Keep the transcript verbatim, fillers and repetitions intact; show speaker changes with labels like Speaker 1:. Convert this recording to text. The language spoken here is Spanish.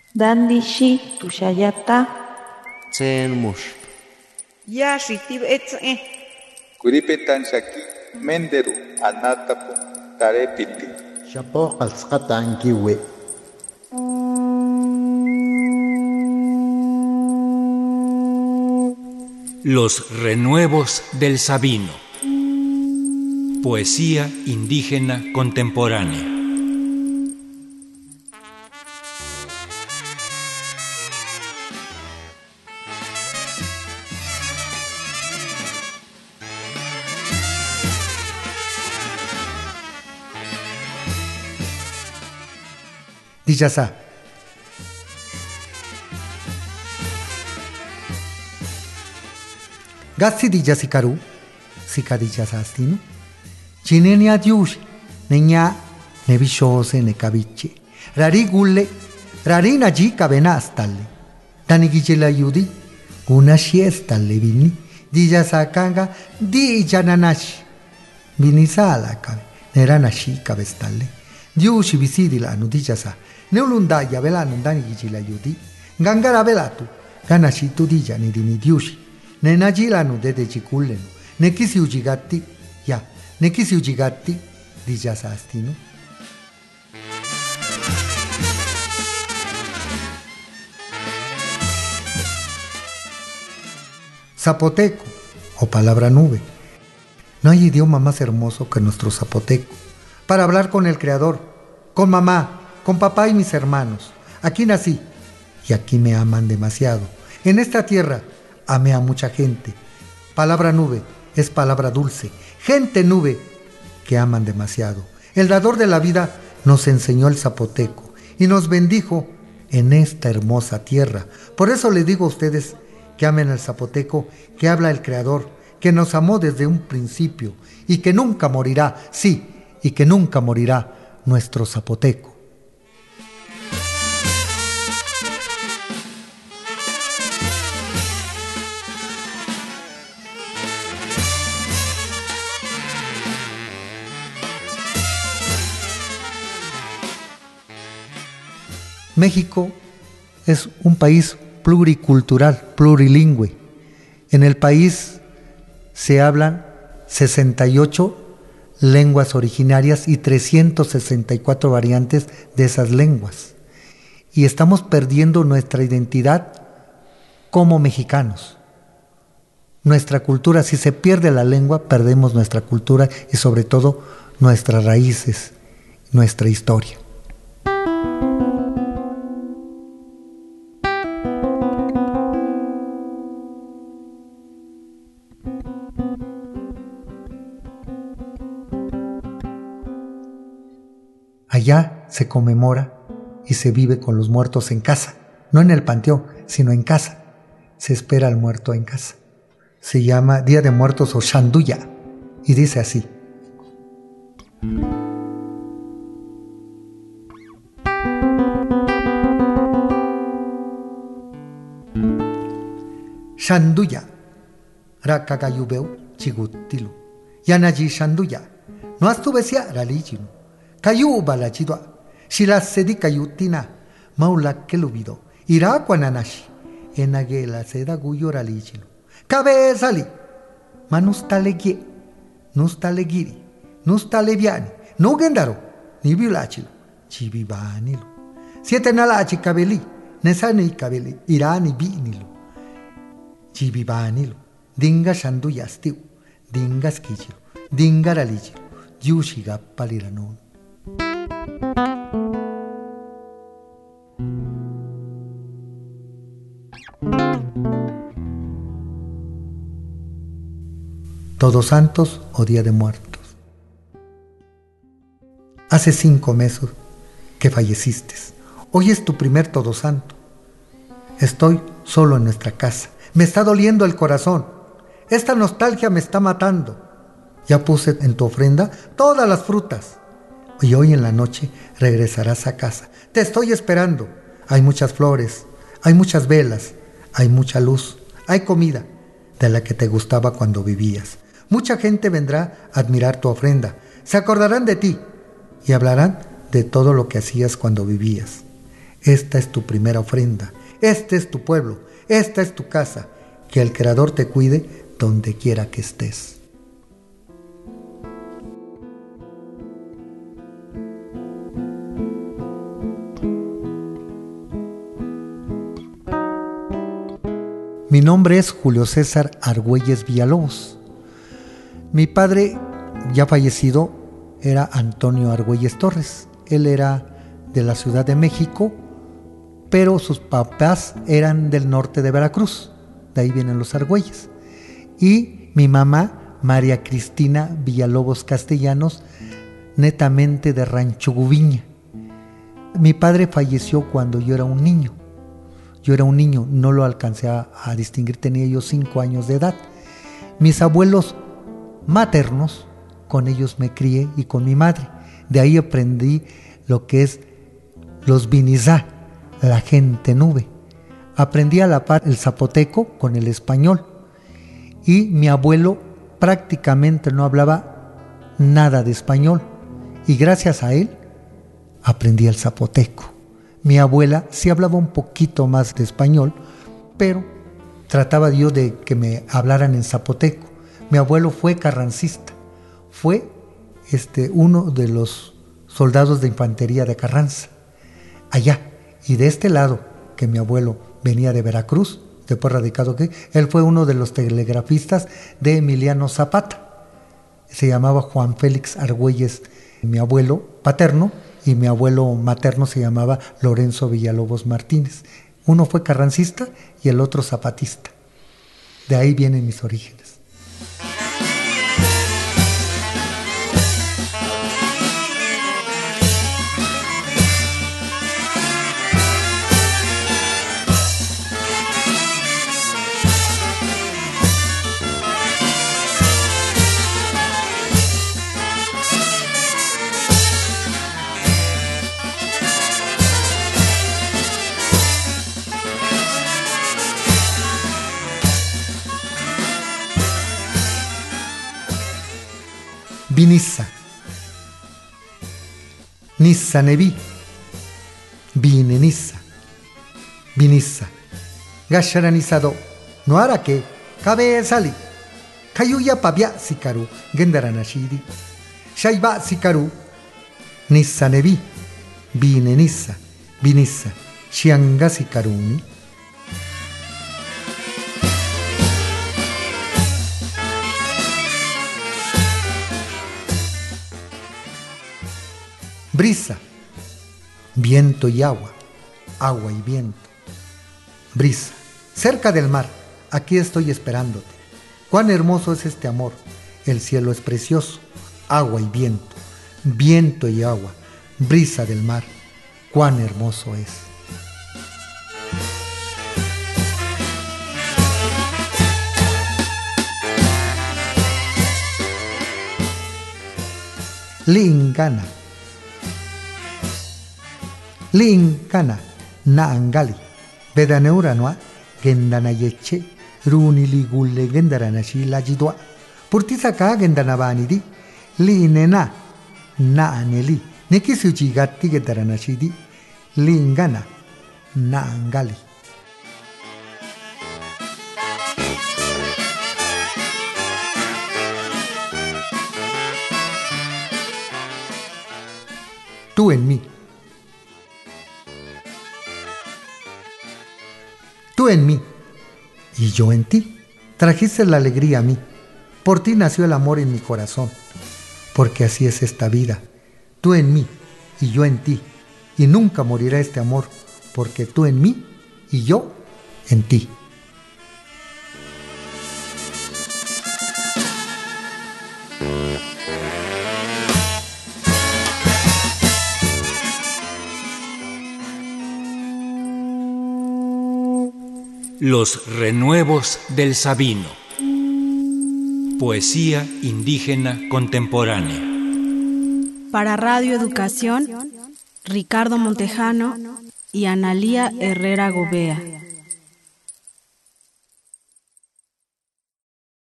Speaker 1: Dandishi tushayata.
Speaker 2: Tsen mush.
Speaker 3: Yashitib etze.
Speaker 4: Kuripetan shaki menderu anatapu tarepiti.
Speaker 5: Shapo alskatan kiwe.
Speaker 6: Los renuevos del Sabino. Poesía indígena contemporánea.
Speaker 7: Dillasa. Gasti dillasikaru, sikadillasastino. Chinenia diush, neña nebishose nekabiche. Rari gulle, rari naji kabenastalle. Danigijela yudi, una shiestalle vini. Dillasakanga, di jananash. Vinisala kabe, neranashi kabestalle. Diushi visidila anu dillasa. Neulundaya velanu danigijela yudi. Gangara velatu, ganashi tu dilla ni dini diushi. Nenajilanu dede chikulenu, nekisi ujigati, ya, nekisi ujigati, dijasastino. Zapoteco, o palabra nube. No hay idioma más hermoso que nuestro zapoteco, para hablar con el Creador, con mamá, con papá y mis hermanos. Aquí nací, y aquí me aman demasiado. En esta tierra, amé a mucha gente. Palabra nube es palabra dulce. Gente nube que aman demasiado. El dador de la vida nos enseñó el zapoteco y nos bendijo en esta hermosa tierra. Por eso les digo a ustedes que amen al zapoteco, que habla el Creador, que nos amó desde un principio y que nunca morirá, sí, y que nunca morirá nuestro zapoteco. México es un país pluricultural, plurilingüe. En el país se hablan sesenta y ocho lenguas originarias y trescientas sesenta y cuatro variantes de esas lenguas. Y estamos perdiendo nuestra identidad como mexicanos. Nuestra cultura, si se pierde la lengua, perdemos nuestra cultura y sobre todo nuestras raíces, nuestra historia. Allá se conmemora y se vive con los muertos en casa, no en el panteón, sino en casa. Se espera al muerto en casa. Se llama Día de Muertos o Shanduya y dice así. Shanduya, rakagayubeu chigutilu, yanaji Shanduya, no astubesia ralichinu. Kayu balachidwa, shila sedi kayutina, maula kelubido, ira kwananashi, enagela seda guyora lichilo. Cabezali, manustalegie, nustalegiri, nustaleviani, no gendaro, ni violachilo, chivivanilo. Siete nalachi kabeli, nesani kabeli, irani binilo, chivivanilo, dinga shanduyastiu, dinga skichilo, dinga ralichilo, yushiga paliranon. Todos Santos o Día de Muertos. Hace cinco meses que falleciste. Hoy es tu primer Todo Santo. Estoy solo en nuestra casa. Me está doliendo el corazón. Esta nostalgia me está matando. Ya puse en tu ofrenda todas las frutas. Y hoy en la noche regresarás a casa. Te estoy esperando. Hay muchas flores, hay muchas velas, hay mucha luz, hay comida de la que te gustaba cuando vivías. Mucha gente vendrá a admirar tu ofrenda. Se acordarán de ti y hablarán de todo lo que hacías cuando vivías. Esta es tu primera ofrenda, este es tu pueblo, esta es tu casa. Que el Creador te cuide donde quiera que estés. Mi nombre es Julio César Argüelles Villalobos. Mi padre, ya fallecido, era Antonio Argüelles Torres. Él era de la Ciudad de México, pero sus papás eran del norte de Veracruz. De ahí vienen los Argüelles. Y mi mamá, María Cristina Villalobos Castellanos, netamente de Rancho Gubiña. Mi padre falleció cuando yo era un niño. Yo era un niño, no lo alcancé a, a distinguir, tenía yo cinco años de edad. Mis abuelos maternos, con ellos me crié y con mi madre. De ahí aprendí lo que es los vinizá, la gente nube. Aprendí a la par el zapoteco con el español. Y mi abuelo prácticamente no hablaba nada de español. Y gracias a él aprendí el zapoteco. Mi abuela sí hablaba un poquito más de español, pero trataba yo de que me hablaran en zapoteco. Mi abuelo fue carrancista, fue este, uno de los soldados de infantería de Carranza, allá. Y de este lado, que mi abuelo venía de Veracruz, después radicado aquí, él fue uno de los telegrafistas de Emiliano Zapata. Se llamaba Juan Félix Argüelles, mi abuelo paterno, y mi abuelo materno se llamaba Lorenzo Villalobos Martínez. Uno fue carrancista y el otro zapatista. De ahí vienen mis orígenes. Vinissa, Nissa nevi, Vine Nissa, Vinissa, Gasharanizado, Noara que, Cabe Sali, Kayuya Pabia Sikaru, Gendaranashidi, Shaiba Sikaru, Nissa nevi, Vine Nissa, Vinissa, Shianga Sikaruni. Brisa, viento y agua, agua y viento. Brisa, cerca del mar, aquí estoy esperándote. Cuán hermoso es este amor, el cielo es precioso, agua y viento, viento y agua, brisa del mar, cuán hermoso es. Lingana, Linkana na angali vedaneuranwa gendana yeche runi ligule gendarana shi lajidwa purtisa ka gendana banidi linena na aneli nekisuchi gatti gendarana shidi lingana na angali. Tú en mí. Tú en mí y yo en ti. Trajiste la alegría a mí. Por ti nació el amor en mi corazón. Porque así es esta vida. Tú en mí y yo en ti. Y nunca morirá este amor. Porque tú en mí y yo en ti.
Speaker 6: Los renuevos del Sabino. Poesía indígena contemporánea.
Speaker 8: Para Radio Educación, Ricardo Montejano y Analía Herrera Gobea.